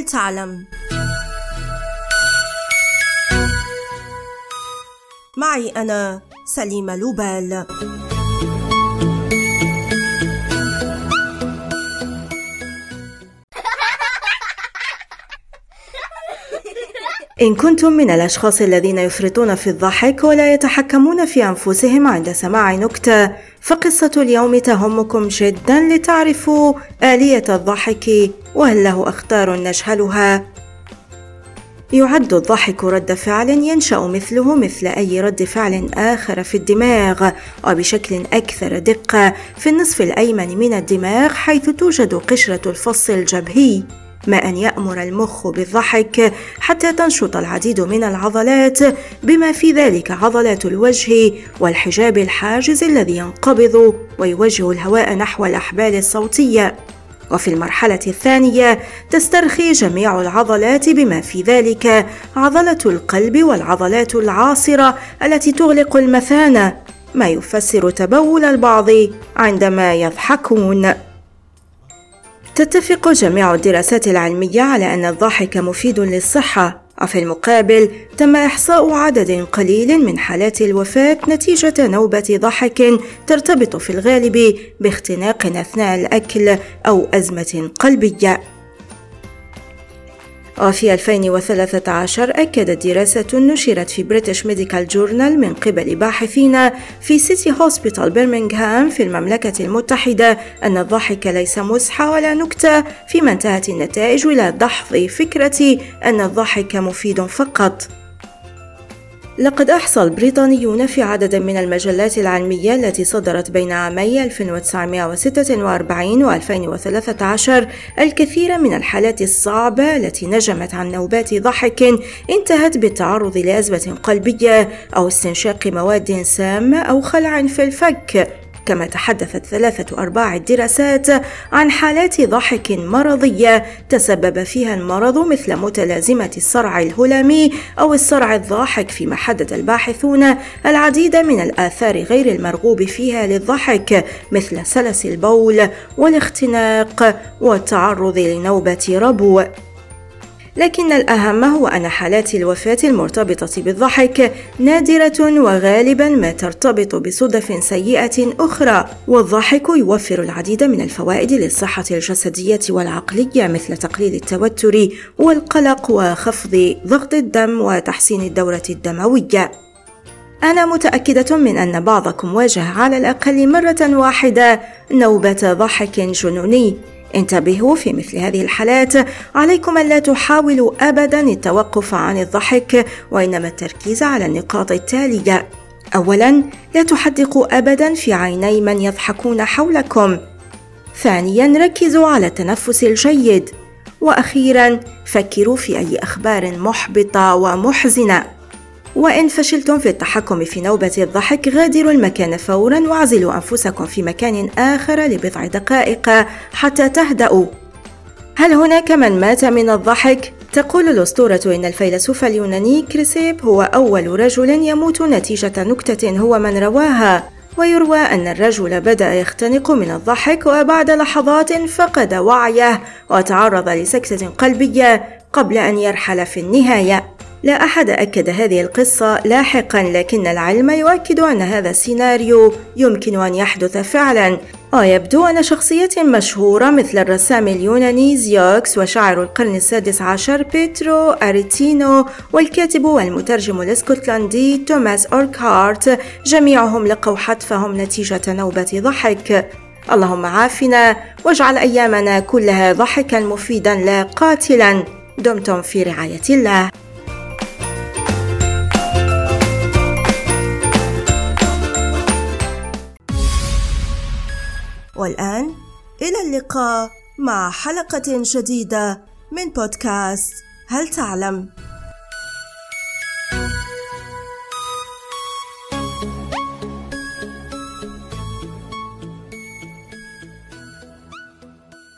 هل تعلم؟ معي أنا سليمة لوبال. إن كنتم من الأشخاص الذين يفرطون في الضحك ولا يتحكمون في أنفسهم عند سماع نكتة، فقصة اليوم تهمكم جدا لتعرفوا آلية الضحك وهل له أخطار نجهلها. يعد الضحك رد فعل ينشأ مثله مثل أي رد فعل آخر في الدماغ، وبشكل أكثر دقة في النصف الأيمن من الدماغ، حيث توجد قشرة الفص الجبهي، ما أن يأمر المخ بالضحك حتى تنشط العديد من العضلات، بما في ذلك عضلات الوجه والحجاب الحاجز الذي ينقبض ويوجه الهواء نحو الأحبال الصوتية. وفي المرحلة الثانية تسترخي جميع العضلات، بما في ذلك عضلة القلب والعضلات العاصرة التي تغلق المثانة، ما يفسر تبول البعض عندما يضحكون. تتفق جميع الدراسات العلمية على أن الضحك مفيد للصحة، وفي المقابل تم إحصاء عدد قليل من حالات الوفاة نتيجة نوبة ضحك ترتبط في الغالب باختناق أثناء الأكل أو أزمة قلبية. وفي 2013 أكدت دراسة نشرت في بريتش ميديكال جورنال من قبل باحثين في سيتي هوسبيتال برمنغهام في المملكة المتحدة أن الضحك ليس مزحة ولا نكتة، فيما انتهت النتائج إلى دحض فكرة أن الضحك مفيد فقط. لقد أحصى البريطانيون في عدد من المجلات العلمية التي صدرت بين عامي 1946 و 2013 الكثير من الحالات الصعبة التي نجمت عن نوبات ضحك انتهت بالتعرض لأزمة قلبية أو استنشاق مواد سامة أو خلع في الفك. كما تحدثت 3/4 الدراسات عن حالات ضحك مرضية تسبب فيها المرض، مثل متلازمة الصرع الهلامي أو الصرع الضاحك، فيما حدد الباحثون العديد من الآثار غير المرغوب فيها للضحك، مثل سلس البول والاختناق والتعرض لنوبة ربو. لكن الأهم هو أن حالات الوفاة المرتبطة بالضحك نادرة، وغالبا ما ترتبط بصدف سيئة أخرى. والضحك يوفر العديد من الفوائد للصحة الجسدية والعقلية، مثل تقليل التوتر والقلق وخفض ضغط الدم وتحسين الدورة الدموية. أنا متأكدة من أن بعضكم واجه على الأقل مرة واحدة نوبة ضحك جنوني. انتبهوا، في مثل هذه الحالات عليكم ألا تحاولوا أبدا التوقف عن الضحك، وإنما التركيز على النقاط التالية. أولا، لا تحدقوا أبدا في عيني من يضحكون حولكم. ثانيا، ركزوا على التنفس الجيد. وأخيرا، فكروا في أي أخبار محبطة ومحزنة. وإن فشلتم في التحكم في نوبة الضحك، غادروا المكان فورا واعزلوا أنفسكم في مكان آخر لبضع دقائق حتى تهدأوا. هل هناك من مات من الضحك؟ تقول الأسطورة إن الفيلسوف اليوناني كريسيب هو أول رجل يموت نتيجة نكتة هو من رواها، ويروى أن الرجل بدأ يختنق من الضحك، وبعد لحظات فقد وعيه وتعرض لسكتة قلبية قبل أن يرحل في النهاية. لا أحد أكد هذه القصة لاحقا، لكن العلم يؤكد أن هذا السيناريو يمكن أن يحدث فعلا. ويبدو أن شخصيات مشهورة مثل الرسام اليوناني زيوكس وشاعر القرن ال16 بيترو أريتينو والكاتب والمترجم الاسكتلندي توماس أوركهارت جميعهم لقوا حتفهم نتيجة نوبة ضحك. اللهم عافنا واجعل أيامنا كلها ضحكا مفيدا لا قاتلا. دمتم في رعاية الله. والآن إلى اللقاء مع حلقة جديدة من بودكاست هل تعلم؟